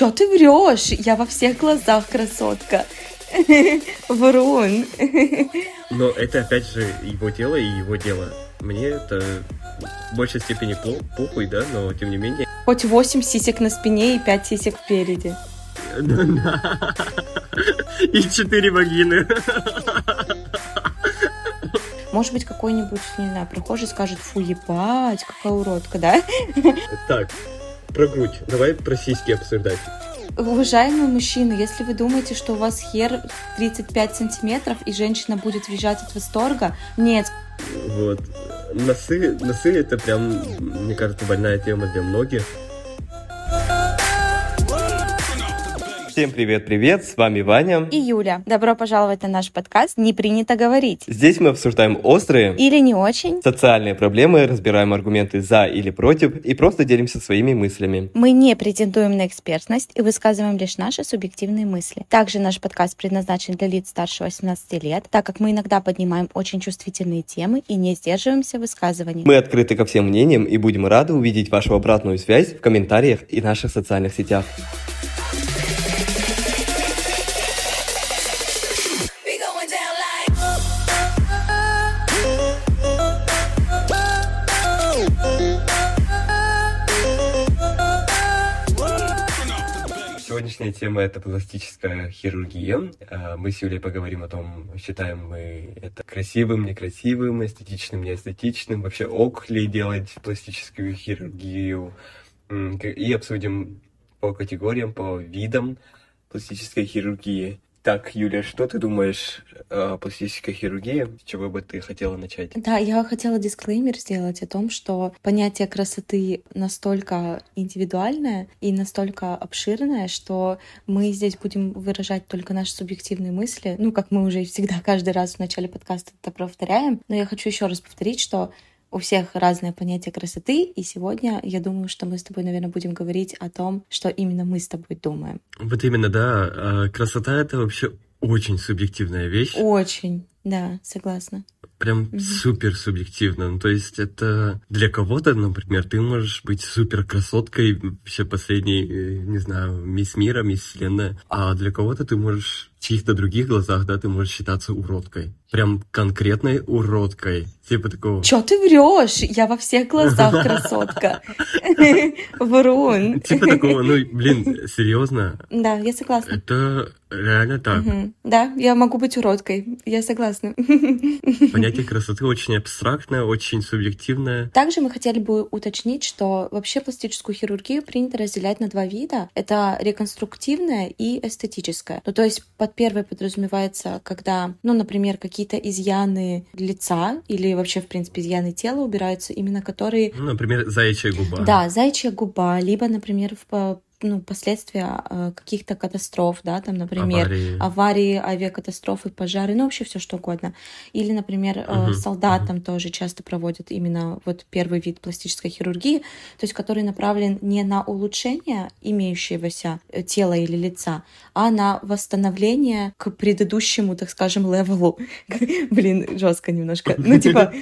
Чё ты врешь? Я во всех глазах красотка. Врун. Но это опять же его тело и его дело. Мне это в большей степени похуй, да, но тем не менее. Хоть 8 сисек на спине и 5 сисек впереди. И 4 вагины. Может быть, какой-нибудь, не знаю, прохожий скажет: фу, ебать, какая уродка, да? Так, про грудь. Давай про сиськи обсуждать. Уважаемые мужчины, если вы думаете, что у вас хер 35 сантиметров и женщина будет визжать от восторга, нет. Вот. Носы это прям, мне кажется, больная тема для многих. Всем привет-привет, с вами Ваня и Юля. Добро пожаловать на наш подкаст «Не принято говорить». Здесь мы обсуждаем острые или не очень социальные проблемы, разбираем аргументы за или против и просто делимся своими мыслями. Мы не претендуем на экспертность и высказываем лишь наши субъективные мысли. Также наш подкаст предназначен для лиц старше 18 лет, так как мы иногда поднимаем очень чувствительные темы и не сдерживаемся в высказывании. Мы открыты ко всем мнениям и будем рады увидеть вашу обратную связь в комментариях и наших социальных сетях. Сегодняшняя тема — это пластическая хирургия. Мы с Юлей поговорим о том, считаем мы это красивым, некрасивым, эстетичным, неэстетичным, вообще ок ли делать пластическую хирургию. И обсудим по категориям, по видам пластической хирургии. Так, Юля, что ты думаешь о пластической хирургии? С чего бы ты хотела начать? Да, я хотела дисклеймер сделать о том, что понятие красоты настолько индивидуальное и настолько обширное, что мы здесь будем выражать только наши субъективные мысли. Ну, как мы уже всегда каждый раз в начале подкаста это повторяем. Но я хочу еще раз повторить, что у всех разное понятие красоты, и сегодня я думаю, что мы с тобой, наверное, будем говорить о том, что именно мы с тобой думаем. Вот именно, да. Красота — это вообще очень субъективная вещь. Очень, да, согласна. Прям супер субъективно. Ну, то есть это для кого-то, например, ты можешь быть супер красоткой, вообще последней, не знаю, мисс мира, мисс вселенная, а для кого-то ты можешь в чьих-то других глазах, да, ты можешь считаться уродкой. Прям конкретной уродкой. Типа такого... Чё ты врешь? Я во всех глазах красотка. Врун. Типа такого, ну, блин, серьезно? Да, я согласна. Это реально так. Да, я могу быть уродкой. Я согласна. Понятие красоты очень абстрактное, очень субъективное. Также мы хотели бы уточнить, что вообще пластическую хирургию принято разделять на два вида. Это реконструктивная и эстетическая. Ну, то есть под первой подразумевается, когда, ну, например, какие-то изъяны лица или вообще, в принципе, изъяны тела убираются, именно которые... Ну, например, заячья губа. Да, заячья губа, либо, например, последствия каких-то катастроф, да, там, например, аварии, авиакатастрофы, пожары, ну, вообще все что угодно. Или, например, солдатам тоже часто проводят именно вот первый вид пластической хирургии, то есть который направлен не на улучшение имеющегося тела или лица, а на восстановление к предыдущему, так скажем, левелу. Блин, жестко немножко. Ну, типа...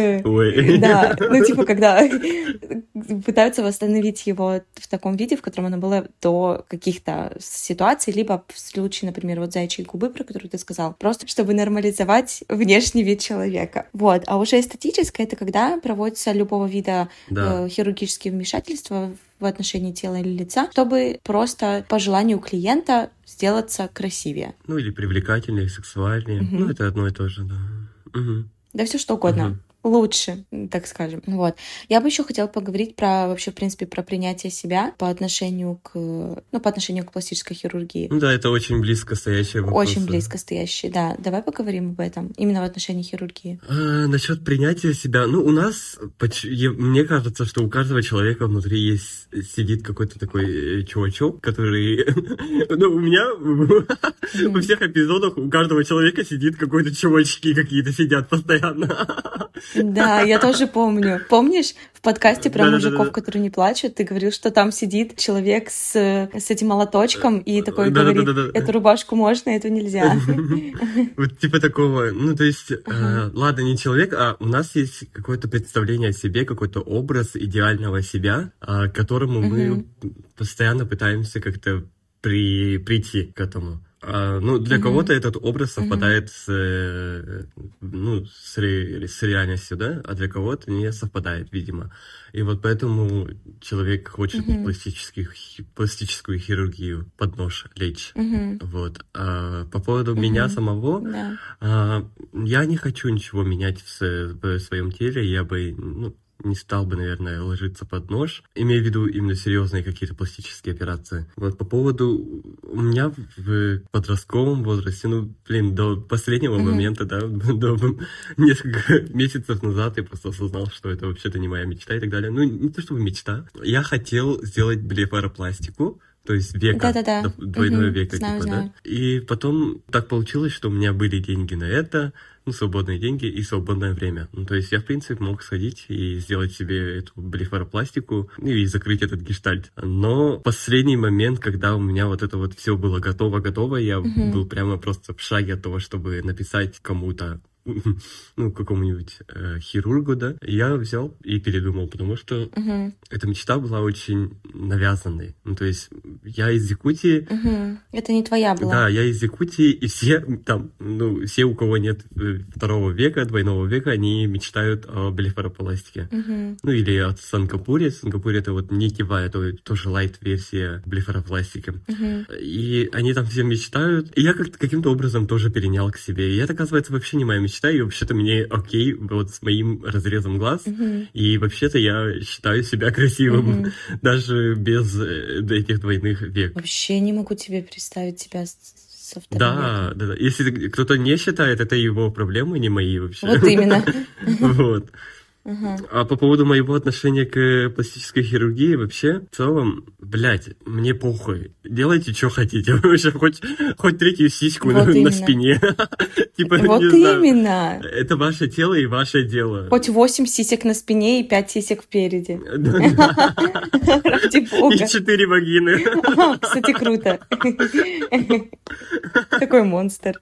Да, ну, типа, когда пытаются восстановить его в таком виде, в котором оно было до каких-то ситуаций, либо в случае, например, вот заячьей губы, про которую ты сказал, просто чтобы нормализовать внешний вид человека. Вот. А уже эстетическое — это когда проводятся любого вида хирургические вмешательства в отношении тела или лица, чтобы просто по желанию клиента сделаться красивее. Ну, или привлекательнее, сексуальнее. Ну, это одно и то же, да. Да все что угодно. Лучше, так скажем. Вот. Я бы еще хотела поговорить про вообще, в принципе, про принятие себя по отношению к пластической хирургии. Ну да, это очень близко стоящие вопросы. Очень близко стоящие, да. Давай поговорим об этом, именно в отношении хирургии. Насчет принятия себя. Ну, у нас, мне кажется, что у каждого человека внутри сидит какой-то такой чувачок, который... Ну, у меня во всех эпизодах у каждого человека сидит какой-то чувачки какие-то сидят постоянно. Да, я тоже помню. Помнишь, в подкасте про мужиков, которые не плачут, ты говорил, что там сидит человек с этим молоточком и такой говорит, эту рубашку можно, эту нельзя. Вот типа такого, ну то есть, ладно, не человек, а у нас есть какое-то представление о себе, какой-то образ идеального себя, к которому мы постоянно пытаемся как-то прийти к этому. Ну, для кого-то этот образ совпадает с реальностью, да, а для кого-то не совпадает, видимо. И вот поэтому человек хочет пластическую хирургию под нож лечь. Вот. А по поводу меня самого, я не хочу ничего менять в своем теле, я бы, не стал бы, наверное, ложиться под нож, имея в виду именно серьезные какие-то пластические операции. Вот по поводу... У меня в подростковом возрасте, до последнего момента, да, до несколько месяцев назад я просто осознал, что это вообще-то не моя мечта и так далее. Ну, не то чтобы мечта. Я хотел сделать блефаропластику, то есть века, двойное веко, знаю. Да? И потом так получилось, что у меня были деньги на это, свободные деньги и свободное время. То есть я, в принципе, мог сходить и сделать себе эту блефаропластику и закрыть этот гештальт. Но в последний момент, когда у меня вот это вот все было готово, я был прямо просто в шаге от того, чтобы написать кому-то, какому-нибудь хирургу, да, я взял и передумал, потому что эта мечта была очень навязанной. То есть я из Якутии... Это не твоя была. Да, я из Якутии, и все там, все, у кого нет второго века, двойного века, они мечтают о блефаропластике. Или о Сингапуре. Сингапуре это вот не кива, это тоже лайт-версия блефаропластики. И они там все мечтают. И я каким-то образом тоже перенял к себе. И это, оказывается, вообще не моя мечта. И вообще-то мне окей вот с моим разрезом глаз. И вообще-то я считаю себя красивым. Даже без этих двойных век. Вообще не могу тебе представить себя со вторым веком. Да. Если кто-то не считает, это его проблемы, не мои вообще. Вот именно. Вот. А по поводу моего отношения к пластической хирургии, вообще, в целом, мне похуй. Делайте, что хотите. Вообще, хоть третью сиську на спине. Типа, вот именно. Это ваше тело и ваше дело. Хоть 8 сисек на спине и 5 сисек впереди. Ради бога. И 4 вагины. Кстати, круто. Такой монстр.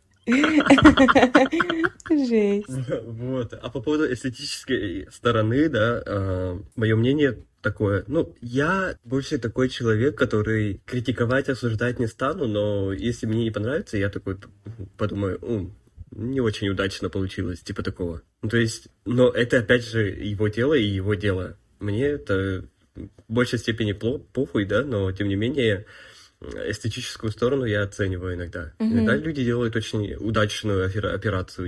Жесть. Вот. А по поводу эстетической стороны, да, мое мнение такое. Я больше такой человек, который критиковать, осуждать не стану, но если мне не понравится, я такой подумаю, не очень удачно получилось, типа такого. То есть, но это опять же его тело и его дело. Мне это в большей степени похуй, да, но тем не менее... Эстетическую сторону я оцениваю иногда. Иногда люди делают очень удачную операцию,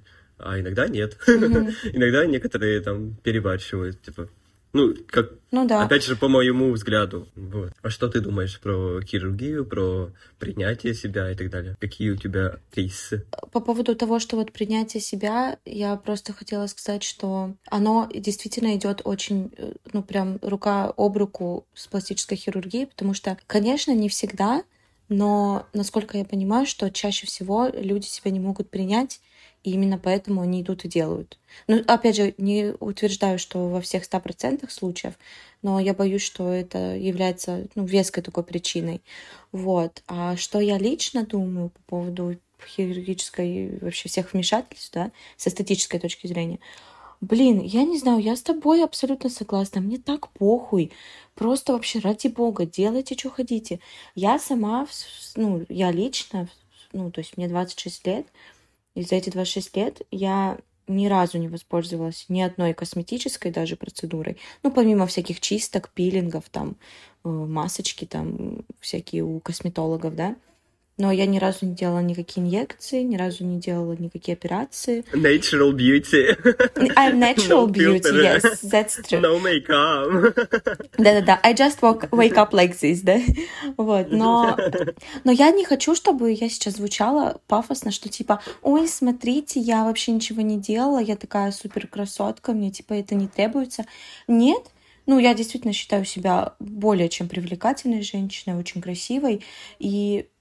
а иногда нет. Иногда некоторые там перебарщивают, типа. Опять же, по моему взгляду. Вот. А что ты думаешь про хирургию, про принятие себя и так далее? Какие у тебя кейсы? По поводу того, что вот принятие себя, я просто хотела сказать, что оно действительно идет очень, прям рука об руку с пластической хирургией, потому что, конечно, не всегда, но, насколько я понимаю, что чаще всего люди себя не могут принять, и именно поэтому они идут и делают. Опять же, не утверждаю, что во всех 100% случаев, но я боюсь, что это является веской такой причиной. Вот. А что я лично думаю по поводу хирургической вообще всех вмешательств, да, с эстетической точки зрения? Я не знаю, я с тобой абсолютно согласна. Мне так похуй. Просто вообще ради бога, делайте, что хотите. Я сама, я лично, то есть мне 26 лет, и за эти 26 лет я ни разу не воспользовалась ни одной косметической даже процедурой. Помимо всяких чисток, пилингов, там, масочки, там, всякие у косметологов, да. Но я ни разу не делала никакие инъекции, ни разу не делала никакие операции. Natural beauty. I'm natural beauty, yes, that's true. No makeup. Да-да-да, I just wake up like this, да? Вот, но я не хочу, чтобы я сейчас звучала пафосно, что типа, ой, смотрите, я вообще ничего не делала, я такая супер красотка, мне типа это не требуется. Нет, я действительно считаю себя более чем привлекательной женщиной, очень красивой, и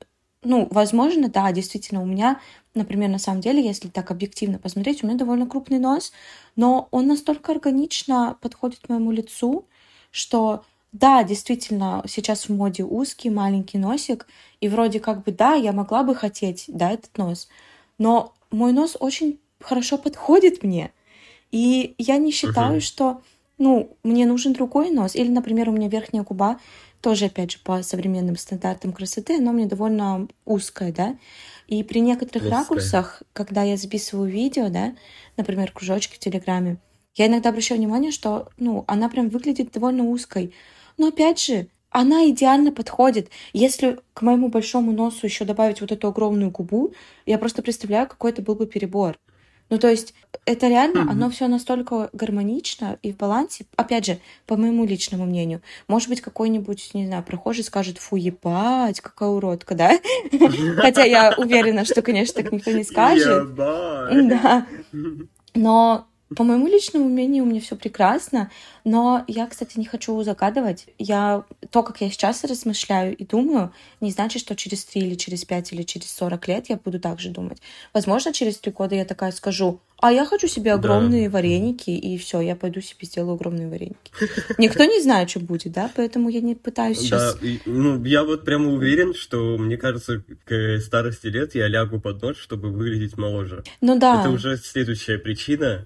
ну, возможно, да, действительно, у меня, например, на самом деле, если так объективно посмотреть, у меня довольно крупный нос, но он настолько органично подходит к моему лицу, что да, действительно, сейчас в моде узкий, маленький носик, и вроде как бы, да, я могла бы хотеть, да, этот нос, но мой нос очень хорошо подходит мне, и я не считаю, что, ну, мне нужен другой нос, или, например, у меня верхняя губа, тоже, опять же, по современным стандартам красоты, она мне довольно узкая, да, и при некоторых ракурсах, когда я записываю видео, да, например, кружочки в Телеграме, я иногда обращаю внимание, что, ну, она прям выглядит довольно узкой. Но, опять же, она идеально подходит. Если к моему большому носу еще добавить вот эту огромную губу, я просто представляю, какой это был бы перебор. Ну, то есть, это реально, оно все настолько гармонично и в балансе. Опять же, по моему личному мнению. Может быть, какой-нибудь, не знаю, прохожий скажет: фу, ебать, какая уродка, да? Хотя я уверена, что, конечно, так никто не скажет. Да. Но по моему личному мнению, у меня все прекрасно, но я, кстати, не хочу загадывать. То, как я сейчас размышляю и думаю, не значит, что через 3 или через 5 или через 40 лет я буду так же думать. Возможно, через 3 года я такая скажу: а я хочу себе огромные вареники, и все, я пойду себе сделаю огромные вареники. Никто не знает, что будет, да, поэтому я не пытаюсь сейчас... Да, ну, я вот прямо уверен, что, мне кажется, к старости лет я лягу под нож, чтобы выглядеть моложе. Ну да. Это уже следующая причина,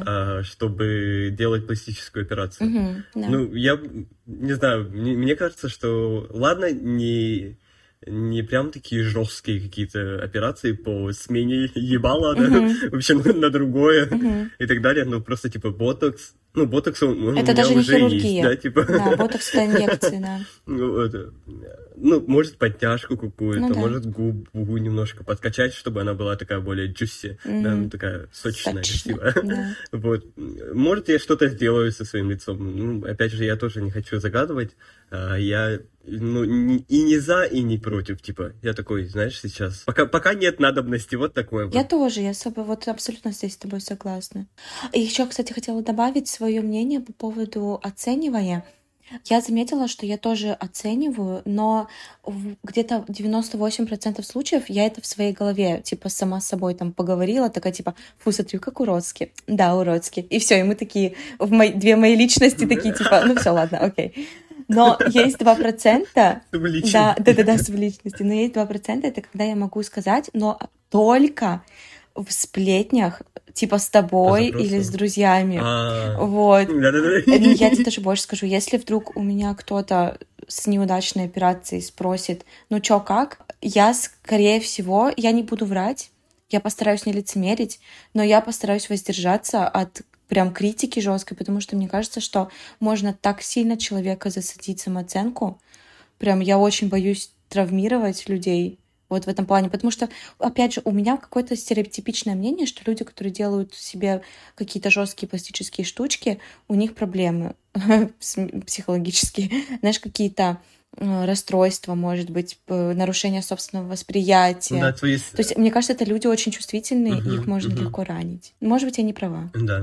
чтобы делать пластическую операцию. Да. Ну, я не знаю, мне кажется, что ладно, не прям такие жесткие какие-то операции по смене ебала, да, вообще на другое и так далее, но просто типа ботокс. Ну, ботокс, он это у меня даже не уже хирургия. есть, да, типа. Да, ботокс — это инъекции, да. Ну, может, подтяжку какую-то, Ну, да. может, губу немножко подкачать, чтобы она была такая более джусси, да, ну, такая сочная, красивая. Да. Вот. Может, я что-то сделаю со своим лицом. Ну, опять же, я тоже не хочу загадывать. Я, ну, и не за, и не против, типа. Я такой, знаешь, сейчас... Пока нет надобности, вот такое вот. Я тоже, я вот абсолютно здесь с тобой согласна. И еще, кстати, хотела добавить свое мнение по поводу оценивания. Я заметила, что я тоже оцениваю, но где-то 98% случаев я это в своей голове, типа, сама с собой там поговорила, такая, типа: фу, смотрю, как уродски. Да, уродски. И все, и мы такие, две мои личности такие, типа, ну все, ладно, окей. Но есть 2%... Да, с личности. Но есть 2%, это когда я могу сказать, но только в сплетнях, типа с тобой или с друзьями. Вот. Я тебе даже больше скажу, если вдруг у меня кто-то с неудачной операцией спросит: ну чё, как? Я, скорее всего, я не буду врать, я постараюсь не лицемерить, но я постараюсь воздержаться от прям критики жесткой, потому что мне кажется, что можно так сильно человека засадить самооценку. Прям я очень боюсь травмировать людей вот в этом плане, потому что, опять же, у меня какое-то стереотипичное мнение, что люди, которые делают себе какие-то жесткие пластические штучки, у них проблемы психологические, знаешь, какие-то расстройства, может быть, нарушение собственного восприятия. Да, То есть, мне кажется, это люди очень чувствительные, и их можно легко ранить. Может быть, я не права. Да.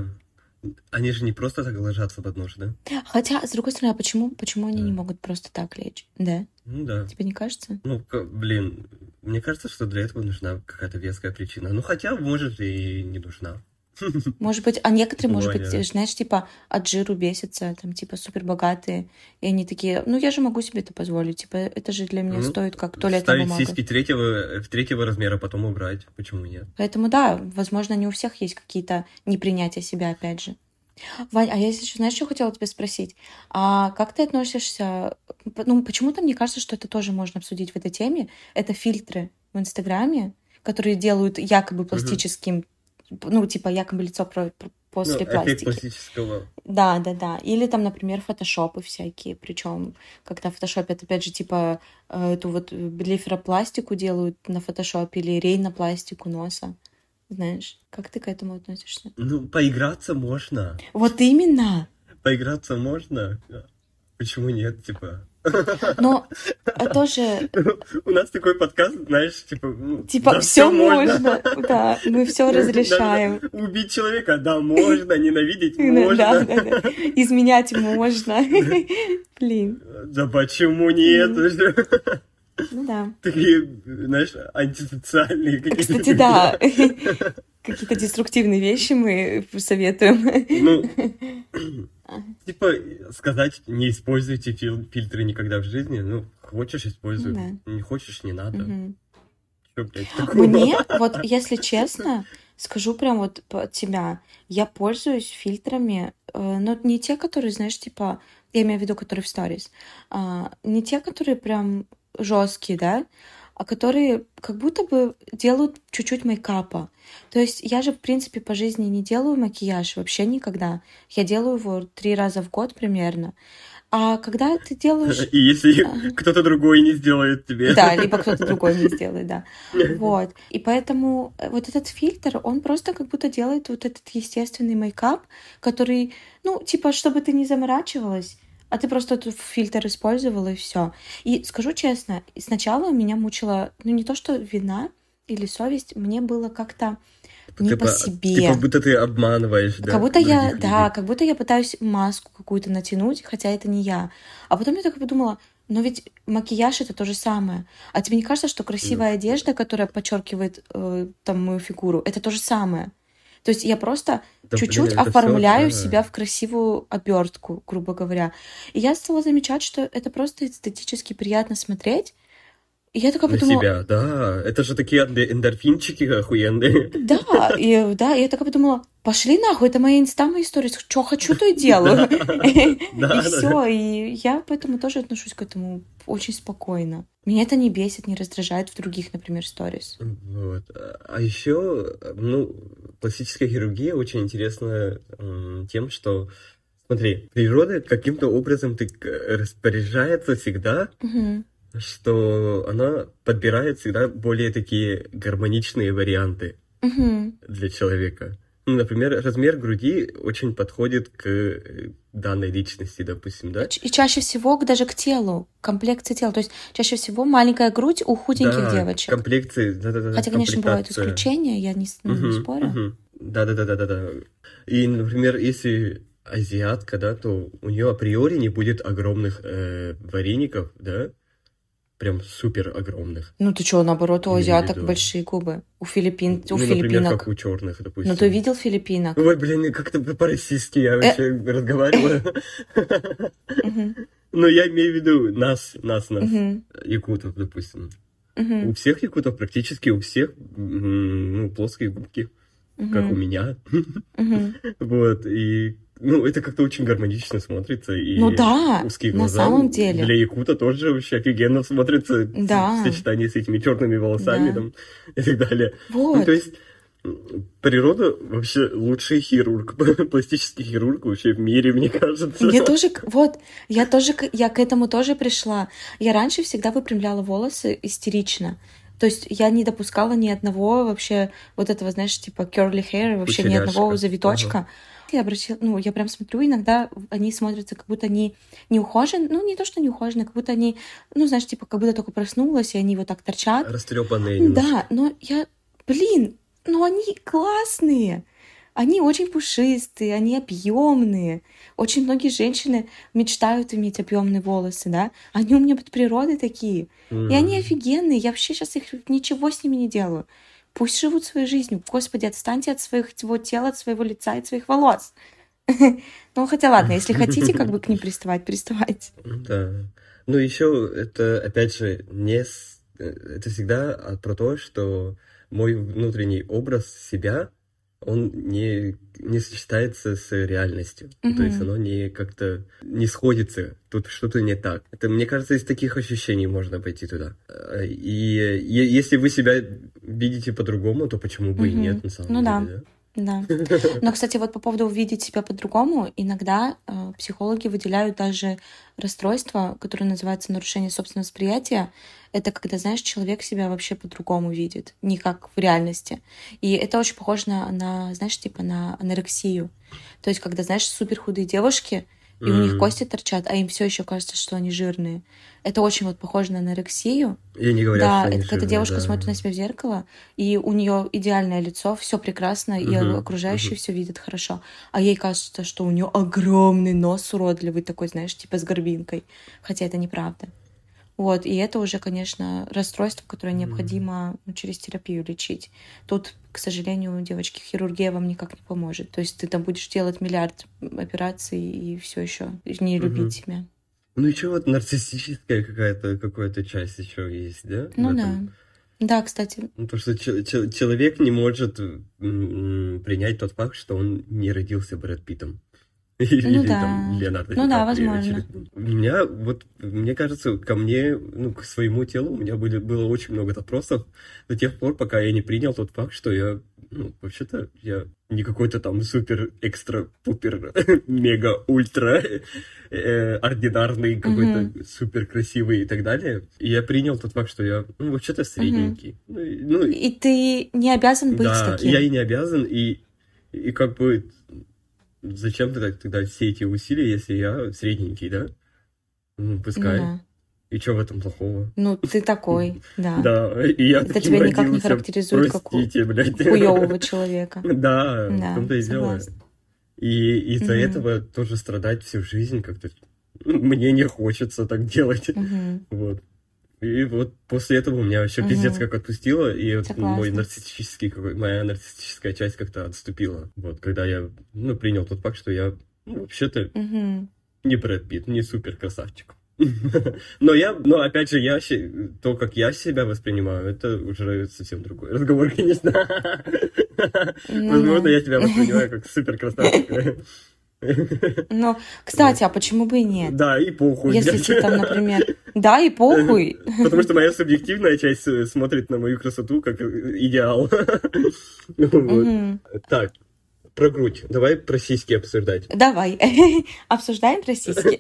Они же не просто так ложатся под нож, да? Хотя, с другой стороны, почему они не могут просто так лечь? Да? Ну да. Тебе не кажется? Ну, блин, мне кажется, что для этого нужна какая-то веская причина. Ну, хотя, может, и не нужна. Может быть, а некоторые, может быть, знаешь, типа от жиру бесятся, там, типа, супер богатые, и они такие: ну, я же могу себе это позволить, типа, это же для меня стоит как туалетная бумага. Ставить сиськи третьего размера, потом убрать, почему нет? Поэтому, да, возможно, не у всех есть какие-то непринятия себя, опять же. Вань, а я еще, знаешь, что хотела тебя спросить? А как ты относишься... Ну, почему-то мне кажется, что это тоже можно обсудить в этой теме. Это фильтры в Инстаграме, которые делают якобы пластическим, ну, типа, якобы лицо после пластики. Пластического. Да. Или там, например, фотошопы всякие. Причем, когда фотошопят, опять же, типа, эту вот блефаропластику делают на фотошопе или рейнопластику носа. Знаешь, как ты к этому относишься? Ну, поиграться можно. Вот именно. Поиграться можно. Почему нет, типа? Но тоже... У нас такой подкаст, знаешь, типа... Типа, да, все можно. Да, мы все разрешаем. Убить человека, да, можно. Ненавидеть можно. Да. Изменять можно. Блин. Да почему нет? Ну да. Такие, знаешь, антисоциальные какие-то. Кстати, да. Какие-то деструктивные вещи мы советуем. Ну, типа, сказать, не используйте фильтры никогда в жизни. Ну, хочешь, используй. Да. Не хочешь, не надо. Что, блядь, Мне, вот, если честно, скажу прям вот от себя, я пользуюсь фильтрами, но не те, которые, знаешь, типа, я имею в виду, которые в сторис, не те, которые прям жесткие, да, а которые как будто бы делают чуть-чуть мейкапа. То есть я же, в принципе, по жизни не делаю макияж вообще никогда. Я делаю его 3 раза в год примерно. А когда ты делаешь... И если кто-то другой не сделает тебе. Да, либо кто-то другой не сделает, да. Вот. И поэтому вот этот фильтр, он просто как будто делает вот этот естественный мейкап, который, ну, типа, чтобы ты не заморачивалась, а ты просто этот фильтр использовала, и все. И скажу честно, сначала меня мучила, ну, не то что вина или совесть, мне было как-то не по себе. Типа, будто ты обманываешь, да? Как будто я, да, как будто я пытаюсь маску какую-то натянуть, хотя это не я. А потом я так подумала, но ведь макияж это то же самое. А тебе не кажется, что красивая одежда, которая подчеркивает там мою фигуру, это то же самое? То есть я просто чуть-чуть оформляю себя в красивую обертку, грубо говоря. И я стала замечать, что это просто эстетически приятно смотреть. И я такая подумала... себя, да. Это же такие эндорфинчики охуенные. Да, и я такая подумала, пошли нахуй, это моя инста, мои истории, что хочу, то и делаю. И все, и я поэтому тоже отношусь к этому очень спокойно. Меня это не бесит, не раздражает в других, например, сторис. Вот. А еще, ну, пластическая хирургия очень интересна тем, что, смотри, природа каким-то образом распоряжается всегда, что она подбирает всегда более такие гармоничные варианты для человека. Ну, например, размер груди очень подходит к данной личности, допустим, да? И чаще всего даже к телу, комплекции тела. То есть чаще всего маленькая грудь у худеньких девочек. Комплекции, да-да-да. Хотя, конечно, бывают исключения, я не спорю. Да-да-да. И, например, если азиатка, да, то у нее априори не будет огромных вареников, да? Прям супер огромных. Ну ты что, наоборот, у азиаток большие губы. У филиппинок. Например, как у черных, допустим. Ну ты видел филиппинок? Ой, блин, как-то по-российски я вообще разговариваю. Но я имею в виду нас, якутов, допустим. У всех якутов, практически у всех, ну, плоские губки, как у меня. Вот, и... Ну, это как-то очень гармонично смотрится. И ну да, узкие глаза на самом деле. Для якута тоже вообще офигенно смотрится в сочетании с этими черными волосами там, и так далее. Вот. Ну, то есть природа вообще лучший хирург, пластический хирург вообще в мире, мне кажется. Мне тоже, вот, я к этому тоже пришла. Я раньше всегда выпрямляла волосы истерично. То есть я не допускала ни одного вообще вот этого, знаешь, типа curly hair, вообще ни одного завиточка. Я прям смотрю, иногда они смотрятся, как будто они не ухожены, ну, не то, что не ухожены, как будто они, ну, знаешь, типа, как будто только проснулась, и они вот так торчат. Растрепанные. Да, но они классные. Они очень пушистые, они объемные. Очень многие женщины мечтают иметь объемные волосы, да. Они у меня от природы такие. И они офигенные. Я вообще сейчас ничего с ними не делаю. Пусть живут своей жизнью. Господи, отстаньте от своего тела, от своего лица и от своих волос. Ну, хотя ладно, если хотите как бы к ним приставайте. Да. Ну, еще это, опять же, это всегда про то, что мой внутренний образ себя, он не сочетается с реальностью. То есть оно как-то не сходится. Тут что-то не так. Это, мне кажется, из таких ощущений можно пойти туда. И если вы себя видите по-другому, то почему бы и нет, на самом деле, да? Но, кстати, вот по поводу увидеть себя по-другому, иногда психологи выделяют даже расстройство, которое называется нарушение собственного восприятия. Это когда, знаешь, человек себя вообще по-другому видит, не как в реальности. И это очень похоже на знаешь, типа на анорексию. То есть, когда, знаешь, супер худые девушки, и у них кости торчат, а им все еще кажется, что они жирные. Это очень вот похоже на анорексию. И они говорят, да, что они это когда девушка смотрит на себя в зеркало, и у нее идеальное лицо, все прекрасно, и окружающие все видят хорошо. А ей кажется, что у нее огромный нос уродливый такой, знаешь, типа с горбинкой. Хотя это неправда. Вот, и это уже, конечно, расстройство, которое необходимо через терапию лечить. Тут, к сожалению, девочки, хирургия вам никак не поможет. То есть ты там будешь делать миллиард операций и все еще не любить себя. Ну еще вот нарциссическая какая-то часть еще есть, да? Ну да. Да, кстати. Ну, то, что человек не может принять тот факт, что он не родился Брэд Питтом. Или там Леонардо Ди Каприо. Ну да, возможно. Мне кажется, ко мне, к своему телу у меня было очень много вопросов до тех пор, пока я не принял тот факт, что я, вообще-то, я не какой-то там супер, экстра, пупер, мега, ультра, ординарный, какой-то супер красивый и так далее. И я принял тот факт, что я, вообще-то средненький. И ты не обязан быть таким. Да, я и не обязан, и как бы... Зачем тогда все эти усилия, если я средненький, да? Пускай. Да. И что в этом плохого? Ты такой, да. Да, и я это тебя никак не характеризует как хуёвого человека. Да, в том-то и дело. И из-за этого тоже страдать всю жизнь как-то... Мне не хочется так делать. Вот. И вот после этого у меня вообще пиздец как отпустило, и моя нарциссическая часть как-то отступила. Вот, когда я, принял тот факт, что я, вообще-то, не Брэд Питт, не супер красавчик. Но опять же, то, как я себя воспринимаю, это уже совсем другой разговор, конечно. Возможно, я себя воспринимаю как супер красавчик. Кстати, а почему бы и нет? Да, и похуй. Если ты там, например... Да, и похуй. Потому что моя субъективная часть смотрит на мою красоту как идеал. Так, про грудь. Давай про сиськи обсуждать. Давай. Обсуждаем про сиськи.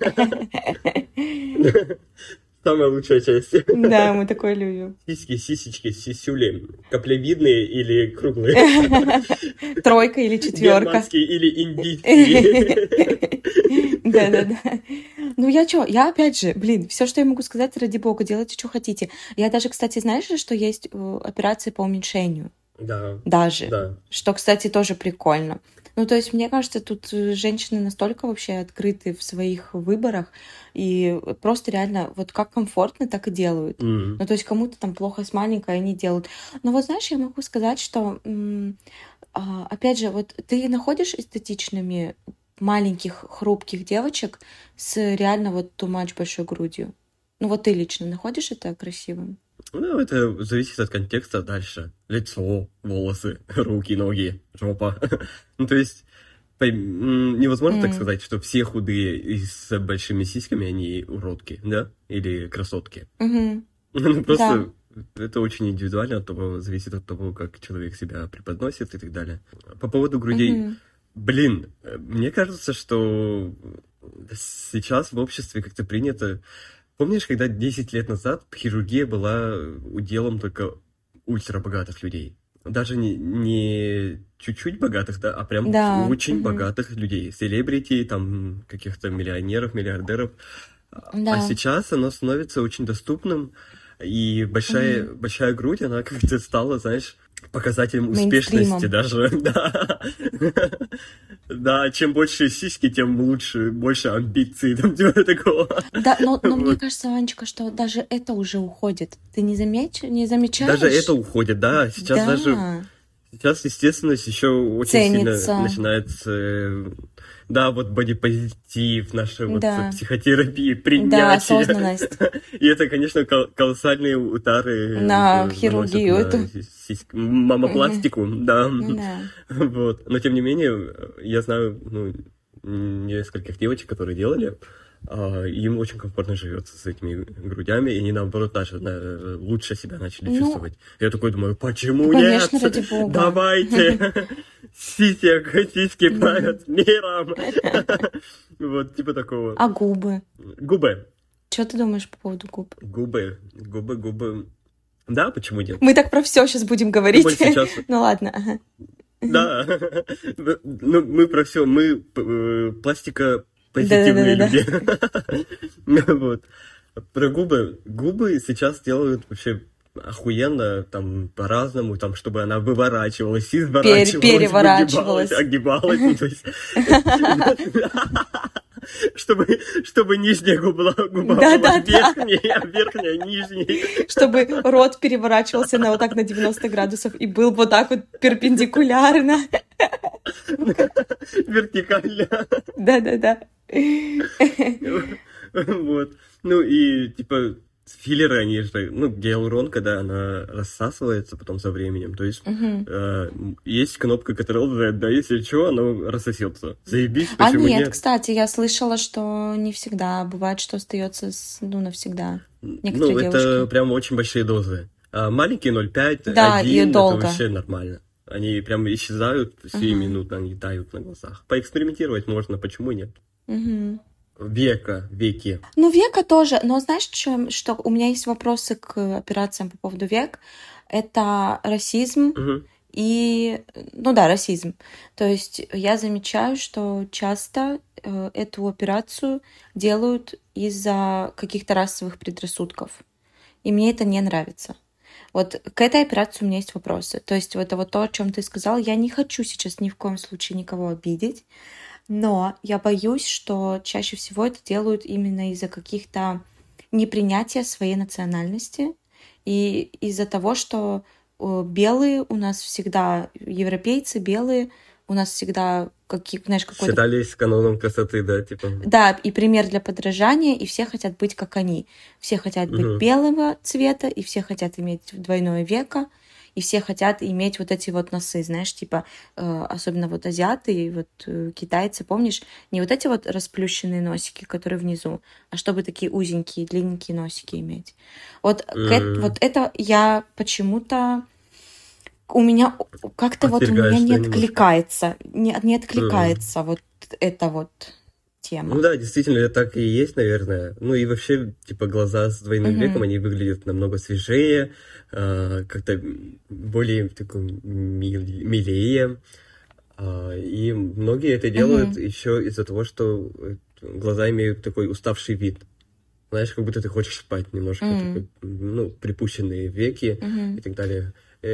Самая лучшая часть. Да, мы такое любим. Сиськи, сисечки, сисюли. Каплевидные или круглые? Тройка или четверка? Германские или индийские? Да. Я опять же, все, что я могу сказать, ради бога, делайте, что хотите. Я даже, кстати, знаешь, что есть операции по уменьшению? Да. Даже. Да. Что, кстати, тоже прикольно. То есть, мне кажется, тут женщины настолько вообще открыты в своих выборах, и просто реально вот как комфортно, так и делают. То есть, кому-то там плохо с маленькой, они делают. Но вот знаешь, я могу сказать, что, опять же, вот ты находишь эстетичными маленьких, хрупких девочек с реально вот too much большой грудью? Вот ты лично находишь это красивым? Это зависит от контекста дальше. Лицо, волосы, руки, ноги, жопа. То есть невозможно так сказать, что все худые и с большими сиськами, они уродки, да? Или красотки. Просто это очень индивидуально, зависит от того, как человек себя преподносит и так далее. По поводу грудей. Мне кажется, что сейчас в обществе как-то принято... Помнишь, когда 10 лет назад хирургия была уделом только ультрабогатых людей? Даже не чуть-чуть богатых, да, а прям очень богатых людей. Селебрити, там, каких-то миллионеров, миллиардеров. Да. А сейчас оно становится очень доступным. И большая грудь, она как-то стала, знаешь, показателем успешности даже. Да, чем больше сиськи, тем лучше, больше амбиций, там типа такого. Да, но мне кажется, Ванечка, что даже это уже уходит. Ты не замечаешь? Даже это уходит, да. Сейчас естественность еще очень сильно начинается. Да, вот бодипозитив, наша вот психотерапия, принятие. Да, осознанность. И это, конечно, колоссальные удары на хирургию. Мамопластику, да. Вот. Но, тем не менее, я знаю нескольких девочек, которые делали, им очень комфортно живется с этими грудями, и они, наоборот, даже лучше себя начали чувствовать. Я такой думаю, почему нет? Конечно, ради бога. Давайте! Сиськи правят миром! Вот, типа такого. А губы? Губы. Что ты думаешь по поводу губ? Губы. Да, почему нет? Мы так про все сейчас будем говорить. Ну ладно. Да. Мы про все. Мы пластика... позитивные люди. Вот. Про губы. Губы сейчас делают вообще охуенно, там, по-разному, там, чтобы она выворачивалась, изворачивалась, переворачивалась, огибалась. Чтобы нижняя губа была верхней, а верхняя нижней. Чтобы рот переворачивался вот так на 90 градусов и был вот так вот перпендикулярно. Вертикально. Да. Вот. Ну и типа филлеры, они же, гиалуронка, да, она рассасывается потом со временем. То есть есть кнопка Ctrl-Z, да, если что, она рассосется. Заебись, почему нет? Кстати, я слышала, что не всегда. Бывает, что остается навсегда. Некоторые девушки. Это прям очень большие дозы. А маленькие 0,5, да, 1, и долго. Это вообще нормально. Они прям исчезают сиюминутно, они тают на глазах. Поэкспериментировать можно, почему нет? Веки. Века тоже. Но знаешь, что у меня есть вопросы к операциям по поводу век? Это расизм и... расизм. То есть я замечаю, что часто эту операцию делают из-за каких-то расовых предрассудков. И мне это не нравится. Вот к этой операции у меня есть вопросы. То есть это вот то, о чем ты сказал. Я не хочу сейчас ни в коем случае никого обидеть, но я боюсь, что чаще всего это делают именно из-за каких-то непринятия своей национальности и из-за того, что белые у нас всегда, европейцы белые, у нас всегда какой-то... Считались каноном красоты, да, типа? Да, и пример для подражания, и все хотят быть как они. Все хотят быть белого цвета, и все хотят иметь двойное веко, и все хотят иметь вот эти вот носы, знаешь, типа, особенно вот азиаты и вот китайцы, помнишь, не вот эти вот расплющенные носики, которые внизу, а чтобы такие узенькие, длинненькие носики иметь. Вот это я почему-то... У меня как-то вот у меня не откликается, не откликается вот эта вот тема. Ну да, действительно, это так и есть, наверное. Ну и вообще, типа, глаза с двойным веком, они выглядят намного свежее, как-то более такой милее. И многие это делают еще из-за того, что глаза имеют такой уставший вид. Знаешь, как будто ты хочешь спать немножко, такой, припущенные веки и так далее.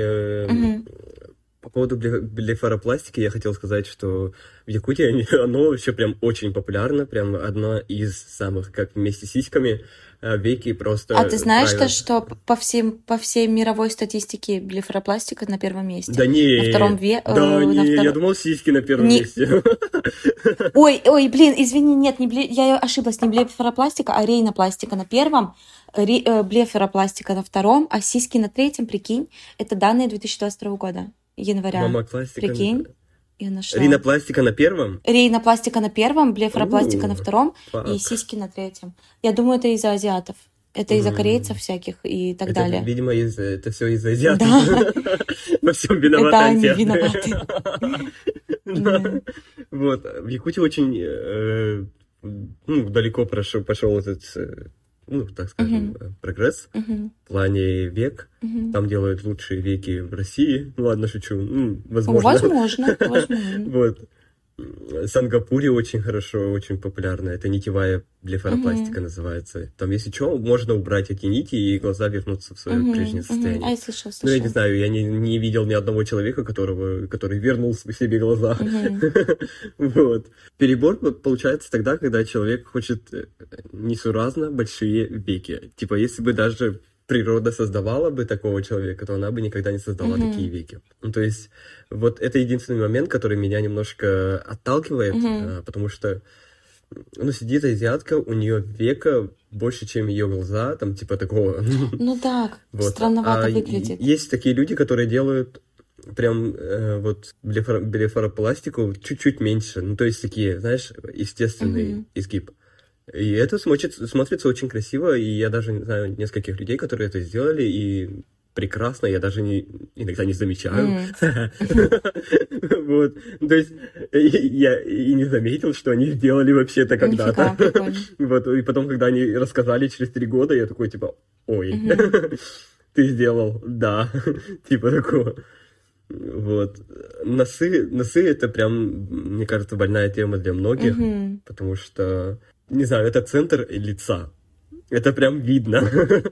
По поводу блефаропластики я хотел сказать, что в Якутии оно вообще прям очень популярно, прям одна из самых, как вместе с сиськами, веки просто... А ты знаешь, что по всей мировой статистике блефаропластика на первом месте? Да не, на втором я думал, сиськи на первом месте. Ой, блин, извини, нет, я ошиблась, не блефаропластика, а рейнопластика на первом, блефаропластика на втором, а сиськи на третьем, прикинь, это данные 2022 года, января. Прикинь, я нашла. Ринопластика на первом? Рейнопластика на первом, блефаропластика на втором и сиськи на третьем. Я думаю, это из-за азиатов. Это из-за корейцев всяких и так далее. Видимо, это все из-за азиатов. Да. Во всем виноваты азиаты. Это они виноваты. Вот. В Якутии очень далеко пошел этот... так скажем, прогресс в плане век. Там делают лучшие веки в России. Ну, ладно, шучу. Возможно. Вот. В Сингапуре очень хорошо, очень популярно. Это нитевая блефаропластика называется. Там, если что, можно убрать эти нити, и глаза вернутся в свое прежнее состояние. А я слышала. Ну, я не знаю, я не видел ни одного человека, который вернул себе глаза. Вот. Перебор получается тогда, когда человек хочет несуразно большие веки. Типа, если бы даже природа создавала бы такого человека, то она бы никогда не создала такие веки. Ну, то есть, вот это единственный момент, который меня немножко отталкивает, потому что, сидит азиатка, у нее века больше, чем ее глаза, там, типа такого. Ну да, странновато выглядит. Есть такие люди, которые делают прям блефаропластику чуть-чуть меньше, то есть такие, знаешь, естественный изгиб. И это смотрится очень красиво, и я даже знаю нескольких людей, которые это сделали, и прекрасно, я даже иногда не замечаю. Вот, то есть я и не заметил, что они сделали вообще это когда-то. Вот, и потом, когда они рассказали через 3 года, я такой, типа, ой, ты сделал, да, типа такого. Вот. Носы это прям, мне кажется, больная тема для многих, потому что, не знаю, это центр лица. Это прям видно.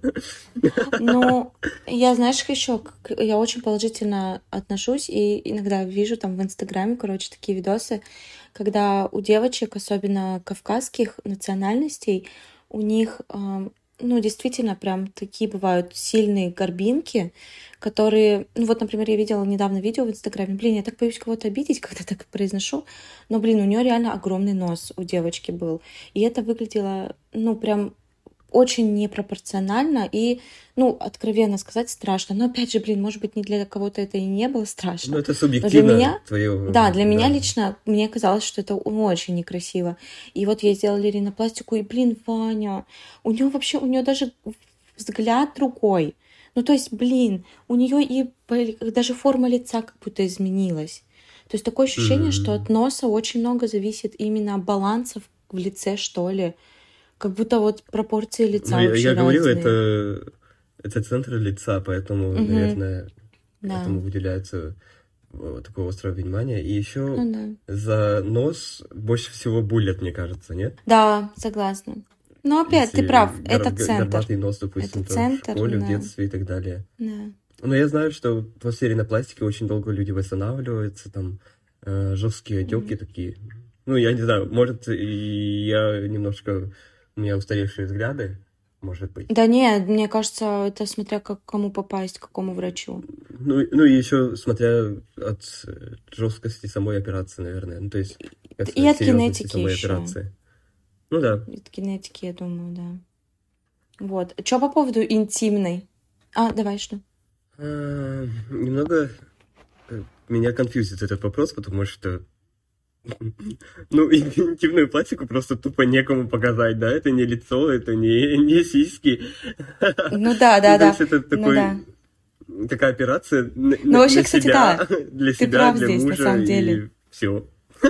Ну, я, знаешь, еще я очень положительно отношусь и иногда вижу там в Инстаграме, короче, такие видосы, когда у девочек, особенно кавказских национальностей, у них, ну, действительно, прям такие бывают сильные горбинки, которые, ну, вот, например, я видела недавно видео в Инстаграме, блин, я так боюсь кого-то обидеть, когда так произношу, но, блин, у нее реально огромный нос у девочки был, и это выглядело, ну, прям очень непропорционально и, ну, откровенно сказать, страшно. Но опять же, блин, может быть, не для кого-то это и не было страшно. Ну, это Но для субъективно меня, твое... да, для меня Да. лично, мне казалось, что это очень некрасиво. И вот ей сделали ринопластику, и, блин, Ваня, у нее вообще, у нее даже взгляд другой. Ну, то есть, блин, у нее и даже форма лица как будто изменилась. То есть такое ощущение, что от носа очень много зависит именно балансов в лице, что ли. Как будто вот пропорции лица Ну, вообще я говорю, разные. это центр лица, поэтому, Мгм. наверное, Да. этому выделяется такое острое внимание. И еще Ну да. за нос больше всего булят, мне кажется, нет? Да, согласна. Но опять, ты Если прав, это центр. горбатый нос, допустим, Это там, в центр, школе, в да. детстве и так далее. Да. Но я знаю, что после ринопластики очень долго люди восстанавливаются, там жесткие отеки такие. Ну, я не знаю, может, и я немножко... У меня устаревшие взгляды, может быть. Да нет, мне кажется, это смотря как кому попасть, к какому врачу. Ну и еще смотря от жесткости самой операции, наверное. Ну, то есть, И от серьезности генетики самой еще. операции. Ну да. От генетики, я думаю, да. Вот. Что по поводу интимной? Давай, что? Немного меня конфьюзит этот вопрос, потому что ну, интимную пластику просто тупо некому показать, да? Это не лицо, это не сиськи. Ну да, Ну, да, то да. есть это Ну да. такая операция Ну вообще, для кстати, себя, да. для Ты себя, прав для здесь, на мужа, самом деле. и все.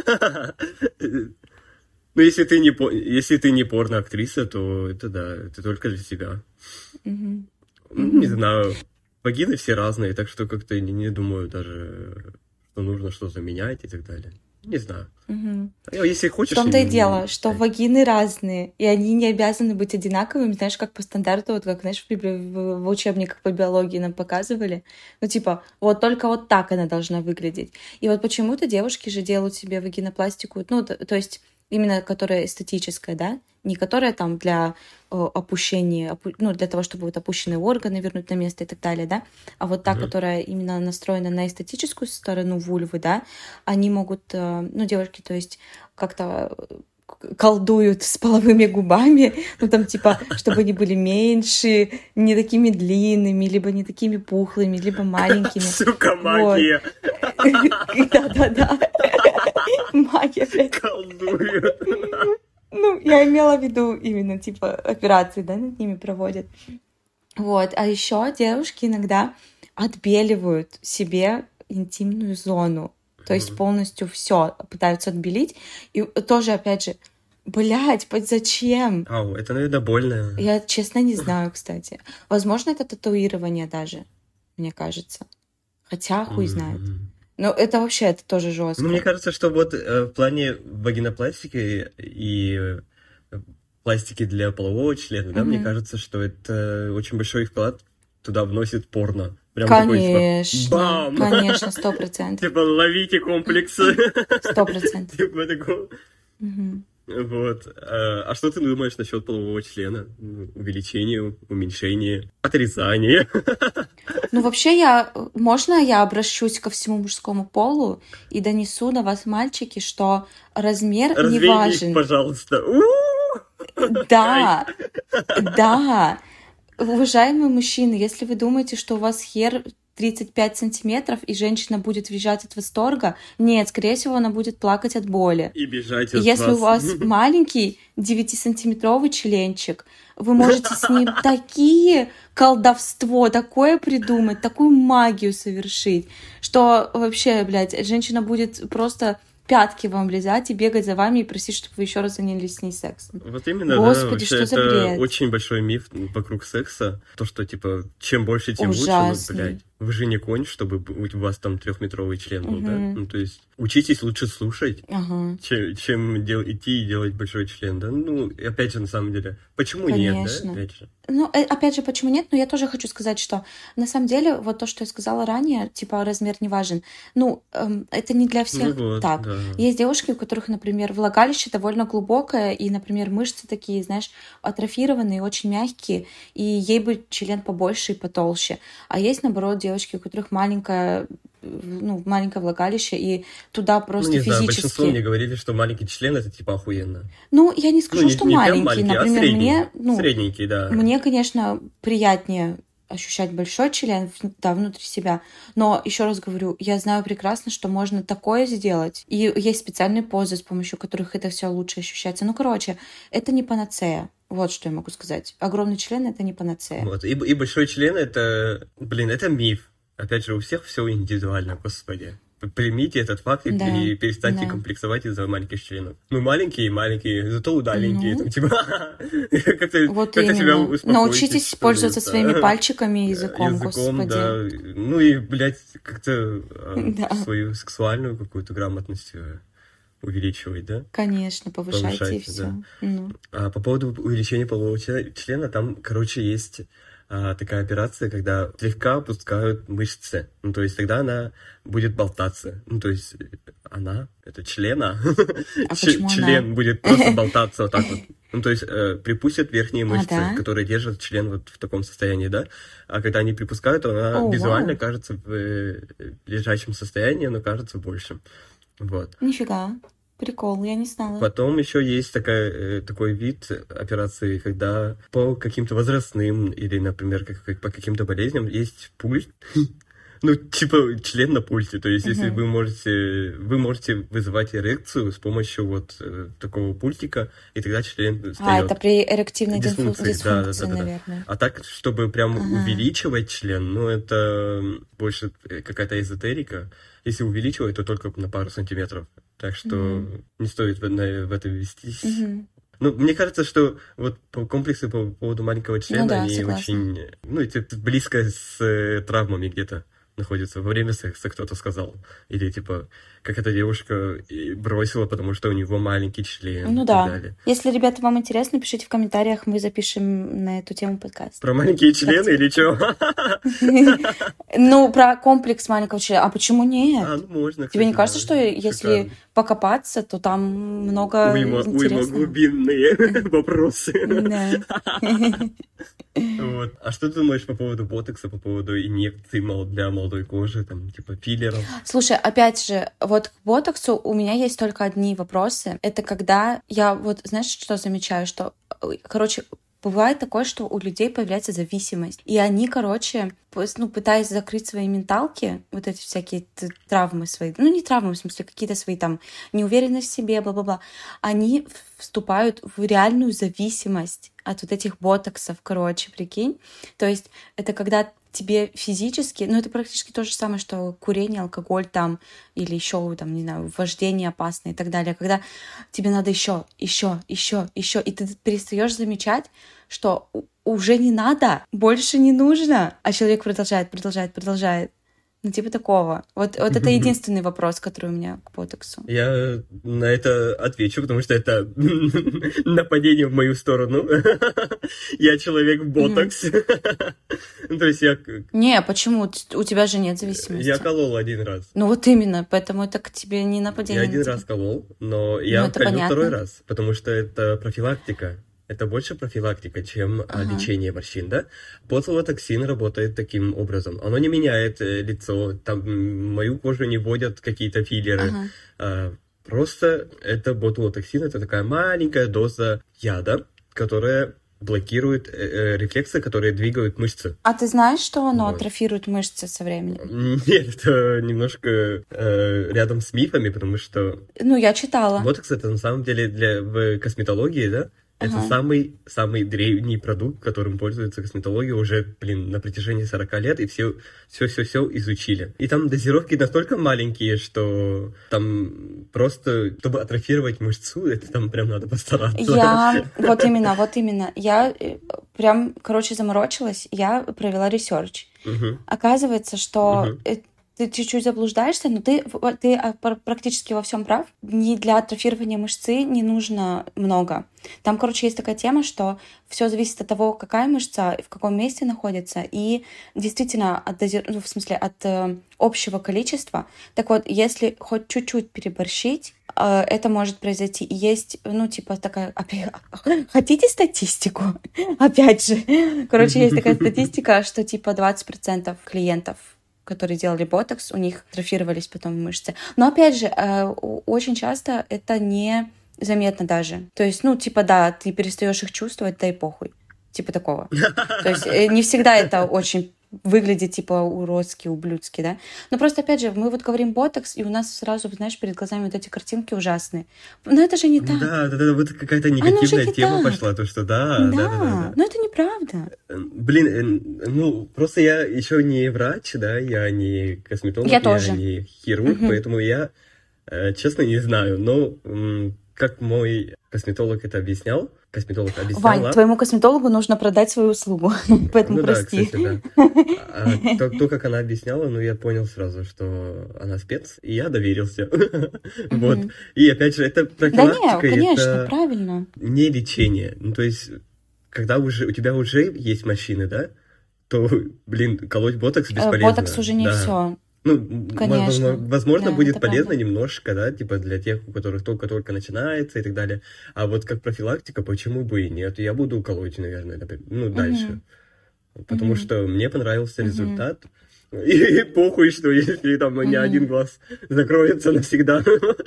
Ну, если ты не порно-актриса, то это да, это только для себя. Мгм. Ну, не знаю, вагины все разные, так что как-то не думаю даже, что нужно что-то менять и так далее. Не знаю. Мгм. Если В хочешь... том-то и дело, что вагины разные, и они не обязаны быть одинаковыми, знаешь, как по стандарту, вот как, знаешь, в учебниках по биологии нам показывали. Ну, типа, вот только вот так она должна выглядеть. И вот почему-то девушки же делают себе вагинопластику, ну, то есть именно которая эстетическая, да, не которая там для опущения, ну, для того, чтобы вот опущенные органы вернуть на место и так далее, да, а вот та, которая именно настроена на эстетическую сторону вульвы, да, они могут, ну, девушки, то есть как-то колдуют с половыми губами, ну, там, типа, чтобы они были меньше, не такими длинными, либо не такими пухлыми, либо маленькими. Сука, магия! Да-да-да. Магия, блядь. Колдуют. Ну, я имела в виду именно, типа, операции, да, над ними проводят. Вот. А еще девушки иногда отбеливают себе интимную зону. То есть полностью все пытаются отбелить. И тоже, опять же, блядь, зачем? Ау, это, наверное, больно. Я, честно, не знаю, кстати. Возможно, это татуирование даже, мне кажется. Хотя хуй знает. Но это вообще, это тоже жестко. Ну, мне кажется, что вот в плане вагинопластики и пластики для полового члена, да, мне кажется, что это очень большой вклад туда вносит порно. Прям Конечно, такой, типа, бам! конечно, 100%. Типа, ловите комплексы. 100%. Типа такого. Вот. А что ты думаешь насчет полового члена? Увеличение, уменьшение, отрезание? Ну, вообще, можно я обращусь ко всему мужскому полу и донесу до вас, мальчики, что размер не Развейтесь, важен. пожалуйста. Да, да. Уважаемые мужчины, если вы думаете, что у вас хер 35 сантиметров, и женщина будет визжать от восторга, нет, скорее всего, она будет плакать от боли. И бежать И от если у вас. вас маленький 9-сантиметровый членчик, вы можете с ним такие колдовство, такое придумать, такую магию совершить, что вообще, блядь, женщина будет просто пятки вам лизать и бегать за вами и просить, чтобы вы еще раз занялись с ней сексом. Вот именно, Господи, да, что за это бред? очень большой миф вокруг секса. То, что, типа, чем больше, тем лучше. Ну, Ужасный. блядь. вы же не конь, чтобы у вас там 3-метровый член был, да? Ну, то есть учитесь лучше слушать, чем идти и делать большой член, да? Ну, и опять же, на самом деле, почему нет, да? Опять же. Ну, опять же, почему нет? Но я тоже хочу сказать, что на самом деле, вот то, что я сказала ранее, типа, размер не важен. Ну, это не для всех так. Да. Есть девушки, у которых, например, влагалище довольно глубокое, и, например, мышцы такие, знаешь, атрофированные, очень мягкие, и ей бы член побольше и потолще. А есть, наоборот, девочки, у которых маленькое влагалище, и туда просто не знаю, физически... большинство мне говорили, что маленький член — это типа охуенно. Ну, я не скажу, что не маленький. Например, средний, средненький, да. Мне, конечно, приятнее ощущать большой член, да, внутри себя. Но, еще раз говорю, я знаю прекрасно, что можно такое сделать. И есть специальные позы, с помощью которых это все лучше ощущается. Ну, короче, это не панацея. Вот что я могу сказать. Огромный член — это не панацея. Вот. И большой член — это миф. Опять же, у всех все индивидуально, господи. Примите этот факт и перестаньте комплексовать из-за маленьких членов. Ну, маленькие, зато удаленькие. Там, типа, как-то себя успокойтесь. Научитесь пользоваться своими пальчиками и языком, господи. Да. Ну и, блядь, как-то свою сексуальную какую-то грамотность увеличивать, да? Конечно, повышайте и все. Да. А по поводу увеличения полового члена, там, короче, есть... такая операция, когда слегка опускают мышцы. Ну, то есть тогда она будет болтаться. Ну, то есть это члена. Член будет просто болтаться вот так вот. Ну, то есть припустят верхние мышцы, которые держат член вот в таком состоянии, да? А когда они припускают, то она визуально кажется в лежачем состоянии, но кажется большим. Вот. Нифига. Прикол, я не знала. Потом еще есть такой вид операции, когда по каким-то возрастным или, например, по каким-то болезням есть пульт. Ну, типа член на пульте. То есть, если вы можете вызывать эрекцию с помощью вот такого пультика, и тогда член встает. Это при эрективной дисфункции, наверное. А так, чтобы прям увеличивать член, ну, это больше какая-то эзотерика. Если увеличивать, то только на пару сантиметров. Так что не стоит в это ввестись. Ну, мне кажется, что вот комплексы по поводу маленького члена, они очень... Ну, это близко с травмами где-то находятся. Во время секса кто-то сказал. Или, типа, как эта девушка бросила, потому что у него маленький член. Ну и да. Так далее. Если, ребята, вам интересно, пишите в комментариях, мы запишем на эту тему подкаст. Про маленькие члены или что? Ну, про комплекс маленького члена. А почему нет? Ну можно. Тебе не кажется, что если покопаться, то там много интересного? Глубинные вопросы. Да. Вот. А что ты думаешь по поводу ботокса, по поводу инъекций для молодой кожи, там, типа филлеров? Слушай, опять же, вот к ботоксу у меня есть только одни вопросы. Это когда я вот, знаешь, что замечаю, что, короче, бывает такое, что у людей появляется зависимость. И они, короче, пытаясь закрыть свои менталки, вот эти всякие травмы свои, ну не травмы, в смысле, какие-то свои там неуверенность в себе, бла-бла-бла, они вступают в реальную зависимость от вот этих ботоксов, короче, прикинь. То есть это когда тебе физически, ну это практически то же самое, что курение, алкоголь там, или еще там, не знаю, вождение опасное и так далее, когда тебе надо еще, и ты перестаешь замечать, что уже не надо, больше не нужно, а человек продолжает. Ну, типа такого. Вот это единственный вопрос, который у меня к ботоксу. Я на это отвечу, потому что это нападение в мою сторону. Я человек в ботокс. То есть я... Не, почему? У тебя же нет зависимости. Я колол один раз. Ну вот именно, поэтому это к тебе не нападение. Я один раз колол, но я колю второй раз, потому что это профилактика. Это больше профилактика, чем лечение морщин, да? Ботулотоксин работает таким образом. Оно не меняет лицо, там мою кожу не вводят какие-то филлеры. Просто это ботулотоксин, это такая маленькая доза яда, которая блокирует рефлексы, которые двигают мышцы. А ты знаешь, что оно атрофирует мышцы со временем? Нет, это немножко рядом с мифами, потому что... Ну, я читала. Ботокс — это на самом деле в косметологии, да? Это самый древний продукт, которым пользуется косметология уже, на протяжении 40 лет, и все изучили. И там дозировки настолько маленькие, что там просто, чтобы атрофировать мышцу, это там прям надо постараться. Вот именно. Я прям, заморочилась, я провела ресерч. Оказывается, что ты чуть-чуть заблуждаешься, но ты практически во всем прав. Не для атрофирования мышцы не нужно много. Там, есть такая тема, что все зависит от того, какая мышца, в каком месте находится, и действительно от общего количества. Так вот, если хоть чуть-чуть переборщить, это может произойти. И есть, такая... Хотите статистику? Опять же. Есть такая статистика, что 20% клиентов, которые делали ботокс, у них атрофировались потом мышцы. Но, опять же, очень часто это не заметно даже. То есть, да, ты перестаешь их чувствовать, да и похуй. Такого. То есть не всегда это очень выглядит уродски, ублюдски, да. Но просто, опять же, мы говорим ботокс, и у нас сразу, знаешь, перед глазами вот эти картинки ужасные. Но это же не так. Да, вот какая-то негативная тема пошла, то что да. Но это неправда. Просто я еще не врач, да, я не косметолог, я не хирург, поэтому я, честно, не знаю. Но как мой косметолог объяснял, Вань, твоему косметологу нужно продать свою услугу, поэтому прости. Да, кстати, да. То, как она объясняла, я понял сразу, что она спец, и я доверился. Вот. И опять же, это профилактика. Да нет, конечно, правильно. Не лечение. То есть, когда у тебя уже есть морщины, да, то, колоть ботокс бесполезно. Ботокс уже не все. Конечно. Возможно, будет полезно правда. Немножко, да, для тех, у которых только-только начинается и так далее. А вот как профилактика, почему бы и нет? Я буду колоть, наверное, дальше. Потому что мне понравился результат. И похуй, что если там у меня один глаз закроется навсегда.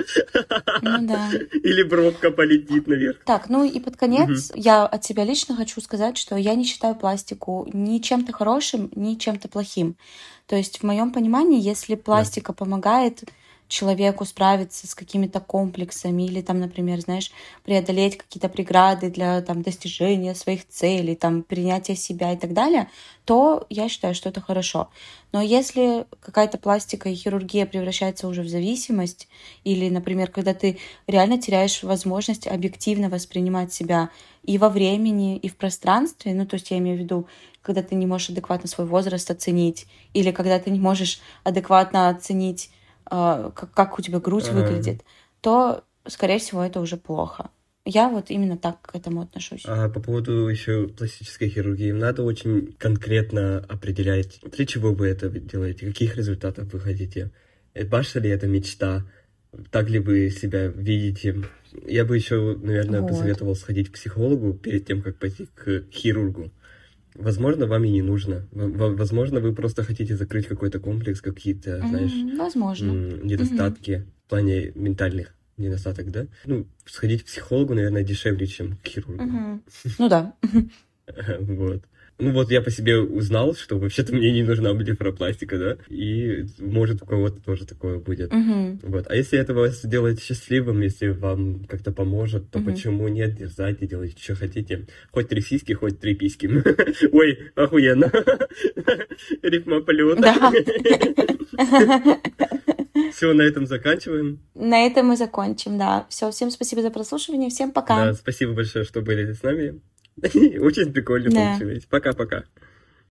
Да. Или пробка полетит наверх. Так, и под конец я от себя лично хочу сказать, что я не считаю пластику ни чем-то хорошим, ни чем-то плохим. То есть в моем понимании, если пластика помогает человеку справиться с какими-то комплексами или например, преодолеть какие-то преграды для достижения своих целей, принятия себя и так далее, то я считаю, что это хорошо. Но если какая-то пластика и хирургия превращается уже в зависимость, или, например, когда ты реально теряешь возможность объективно воспринимать себя и во времени, и в пространстве, то есть я имею в виду, когда ты не можешь адекватно свой возраст оценить, или когда ты не можешь адекватно оценить, как у тебя грудь выглядит, то, скорее всего, это уже плохо. Я именно так к этому отношусь. А по поводу еще пластической хирургии, надо очень конкретно определять, для чего вы это делаете, каких результатов вы хотите. Ваша ли это мечта? Так ли вы себя видите? Я бы еще, наверное, посоветовал сходить к психологу перед тем, как пойти к хирургу. Возможно, вам и не нужно. Возможно, вы просто хотите закрыть какой-то комплекс, какие-то, недостатки в плане ментальных недостаток, да? Сходить к психологу, наверное, дешевле, чем к хирургу. Да. Вот. Я по себе узнал, что вообще-то мне не нужна блефаропластика, да? И может у кого-то тоже такое будет. Вот. А если это вас делает счастливым, если вам как-то поможет, то почему нет? Дерзайте, делайте, что хотите. Хоть 3 сиськи, хоть 3 письки. Ой, охуенно. Рифма полета. Да. Все, на этом заканчиваем. На этом мы закончим, да. Все, всем спасибо за прослушивание, всем пока. Да, спасибо большое, что были с нами. Очень прикольно получилось. Пока-пока.